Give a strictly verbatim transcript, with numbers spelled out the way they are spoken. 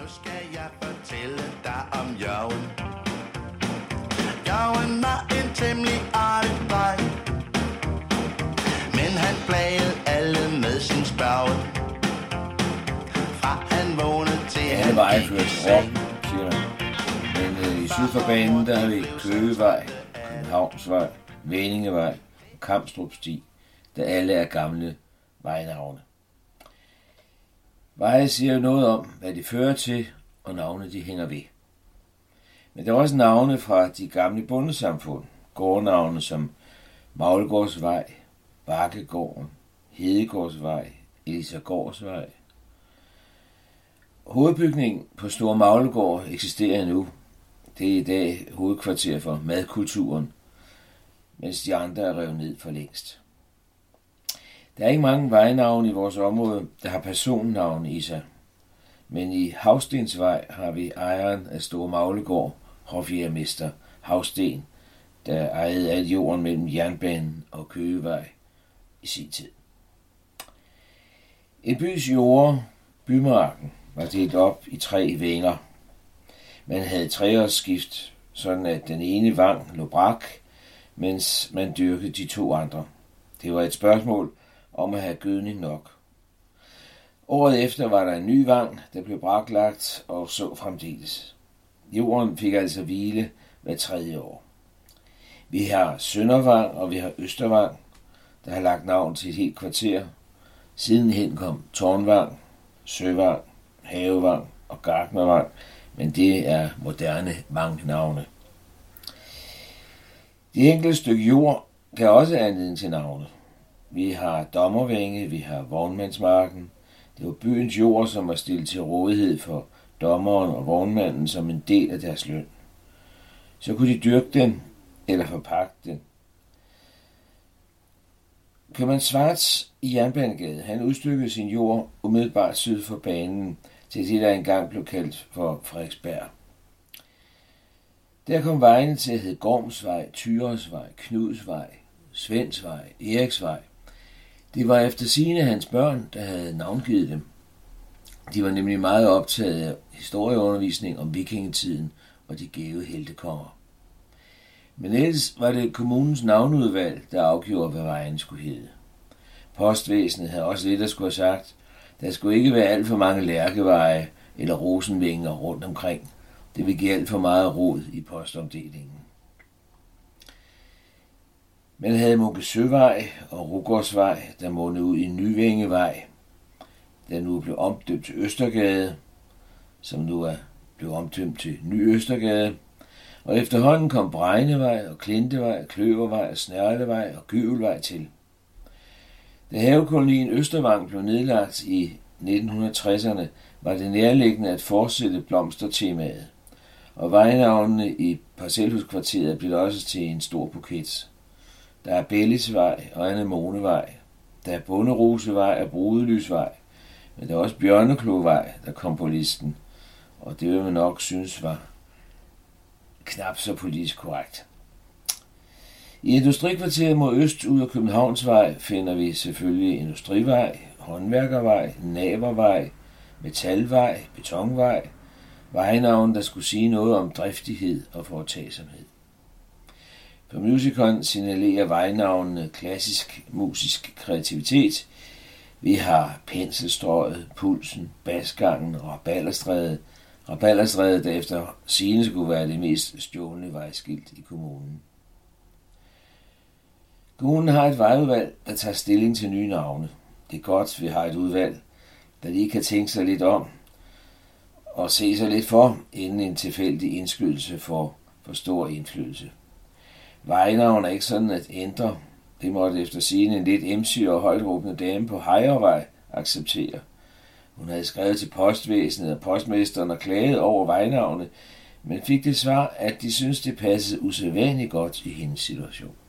Nu skal jeg fortælle dig om Jørgen. Jørgen var en temmelig artig dreng, men han plagede alle med sin spørge. Fra han vågnede til Ja, han det var jeg gik ført i til seng. Rom, siger man. Men øh, i syd for banen, der har vi Køgevej, Københavnsvej, Væningevej og Kamstrup Sti, der alle er gamle vejnavne. Veje siger jo noget om, hvad de fører til, og navne de hænger ved. Men der er også navne fra de gamle bondesamfund, gårdnavne som Maglgårdsvej, Bakkegården, Hedegårdsvej, Elisagårdsvej. Hovedbygningen på Store Maglegård eksisterer nu. Det er i dag hovedkvarter for madkulturen, mens de andre er revet ned for længst. Der er ikke mange vejnavne i vores område, der har personnavne i sig. Men i Havstensvej har vi ejeren af Store Maglegård, hofjægermester Havsten, der ejede alt jorden mellem jernbanen og Køgevej i sin tid. En bys jorde, bymarken, var delt op i tre vænger. Man havde treårsskift, sådan at den ene vang lå brak, mens man dyrkede de to andre. Det var et spørgsmål om at have gødning nok. Året efter var der en ny vang, der blev braklagt og så fremdeles. Jorden fik altså hvile hver tredje år. Vi har Søndervang og vi har Østervang, der har lagt navn til et helt kvarter. Sidenhen kom Tårnvang, Søvang, Havevang og Gartnervang, men det er moderne vangnavne. De enkelte stykke jord kan også anledning til navne. Vi har Dommervænge, vi har Vognmandsmarken. Det var byens jord, som var stillet til rådighed for dommeren og vognmanden som en del af deres løn. Så kunne de dyrke den eller forpagte den. Købmand Svarts i Jernbanegade, han udstykkede sin jord umiddelbart syd for banen til det, der engang blev kaldt for Frederiksberg. Der kom vejene til at hedde Gormsvej, Tyresvej, Knudsvej, Svendsvej, Eriksvej. Det var efter sigende hans børn, der havde navngivet dem. De var nemlig meget optaget af historieundervisning om vikingetiden og de gæve heltekonger. Men ellers var det kommunens navnudvalg, der afgjorde, hvad vejen skulle hedde. Postvæsenet havde også lidt at skulle have sagt. Der skulle ikke være alt for mange lærkeveje eller rosenvinger rundt omkring. Det ville give alt for meget rod i postomdelingen. Man havde Munkesøvej og Rugårdsvej, der mundede ud i Nyvingevej, der nu blev omdøbt til Østergade, som nu er blevet omdøbt til Ny Østergade. Og efterhånden kom Bregnevej og Klintevej, Kløvervej og Snørlevej og Gyvelvej til. Da havekolonien Østervang blev nedlagt i nitten tresserne, var det nærliggende at fortsætte blomstertemaet, og vejnavnene i parcelhuskvarteret blev også til en stor buket. Der er Bellisvej og Anemonevej, der er Bunderosevej og Brudelysvej, men der er også Bjørneklovej, der kom på listen, og det vil man nok synes var knap så politisk korrekt. I industrikvarteret mod øst ud af Københavnsvej finder vi selvfølgelig Industrivej, Håndværkervej, Navervej, Metalvej, Betonvej, vejnavn, der skulle sige noget om driftighed og foretagsomhed. For musikeren signalerer vejnavnene klassisk musisk kreativitet. Vi har Penselstrøget, Pulsen, Basgangen og Rabalderstræde. Rabalderstræde, der efter sigende skulle være det mest stjålne vejskilt i kommunen. Kommunen har et vejudvalg, der tager stilling til nye navne. Det er godt, vi har et udvalg, der lige kan tænke sig lidt om og se sig lidt for, inden en tilfældig indskydelse får for stor indflydelse. Vejnavn er ikke sådan at ændre. Det måtte efter sigende en lidt emsig og højtråbende dame på Hejervej acceptere. Hun havde skrevet til postvæsenet og postmesteren og klaget over vejnavne, men fik det svar, at de syntes, det passede usædvanligt godt i hendes situation.